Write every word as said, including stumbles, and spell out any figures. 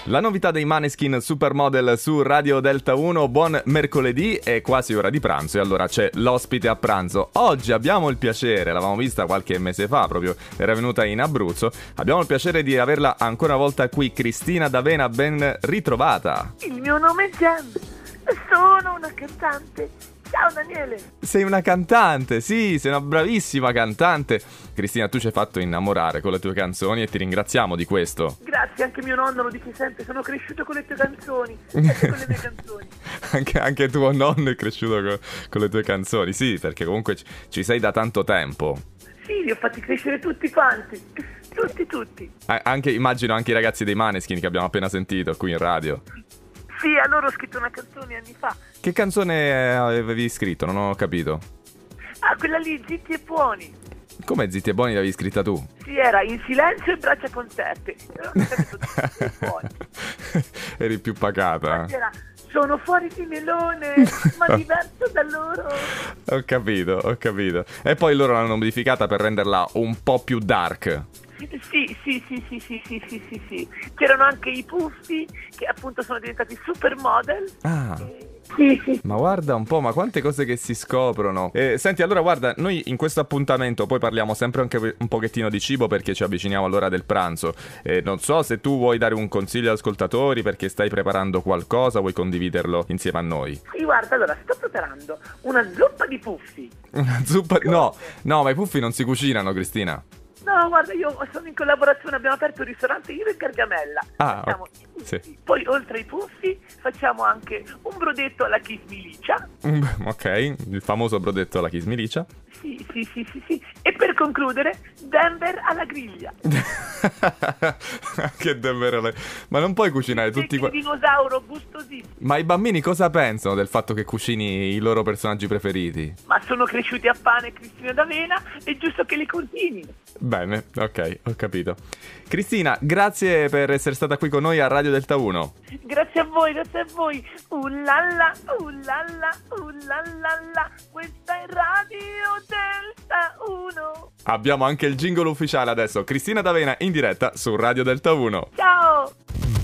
La novità dei Maneskin Supermodel su Radio Delta uno. Buon mercoledì, è quasi ora di pranzo e allora c'è l'ospite a pranzo. Oggi abbiamo il piacere, l'avevamo vista qualche mese fa, proprio era venuta in Abruzzo, abbiamo il piacere di averla ancora una volta qui, Cristina D'Avena, ben ritrovata. Il mio nome è Gem, sono una cantante. Ciao Daniele. Sei una cantante, sì, sei una bravissima cantante. Cristina, tu ci hai fatto innamorare con le tue canzoni e ti ringraziamo di questo. Grazie, anche mio nonno lo dice sempre, sono cresciuto con le tue canzoni, anche con le mie canzoni. Anche, anche tuo nonno è cresciuto con, con le tue canzoni, sì, perché comunque ci, ci sei da tanto tempo. Sì, li ho fatti crescere tutti quanti, tutti, tutti. A- anche, immagino anche i ragazzi dei Maneskin che abbiamo appena sentito qui in radio. Sì, a loro ho scritto una canzone anni fa. Che canzone avevi scritto? Non ho capito. Ah, quella lì, Zitti e Buoni. Come Zitti e Buoni l'avevi scritta tu? Sì, era In silenzio e braccia concerte. Però non ho detto Zitti e Buoni. Eri più pacata. C'era Sono fuori di melone, ma diverso da loro. Ho capito, ho capito. E poi loro l'hanno modificata per renderla un po' più dark. Sì, sì, sì, sì, sì, sì, sì, sì, sì, sì. C'erano anche i Puffi, che appunto sono diventati supermodel. Ah. E... Sì, sì. Ma guarda un po', ma quante cose che si scoprono. Eh, senti, allora guarda, noi in questo appuntamento poi parliamo sempre anche un pochettino di cibo perché ci avviciniamo all'ora del pranzo. Eh, non so se tu vuoi dare un consiglio agli ascoltatori perché stai preparando qualcosa, vuoi condividerlo insieme a noi? Sì, guarda, allora sto preparando una zuppa di Puffi. Una zuppa... No, no, ma i puffi non si cucinano, Cristina. No, guarda, io sono in collaborazione, abbiamo aperto un ristorante io e Gargamella. Ah, facciamo ok. i puffi. Sì. Poi oltre ai Puffi facciamo anche un brodetto alla Kismilicia. Mm, ok, il famoso brodetto alla Kismilicia. Sì, sì, sì, sì, sì. E per concludere, Denver alla griglia. Che davvero. Ma non puoi cucinare tutti qua. Un dinosauro gustosissimo. Ma i bambini cosa pensano del fatto che cucini i loro personaggi preferiti? Ma sono cresciuti a pane, Cristina D'Avena, è giusto che li cucini. Bene, ok, ho capito. Cristina, grazie per essere stata qui con noi a Radio Delta uno. Grazie a voi, grazie a voi. Ullalla, ullalla, ullalla, questa è Radio Delta uno. Abbiamo anche il jingle ufficiale adesso. Cristina D'Avena in diretta su Radio Delta uno. Ciao!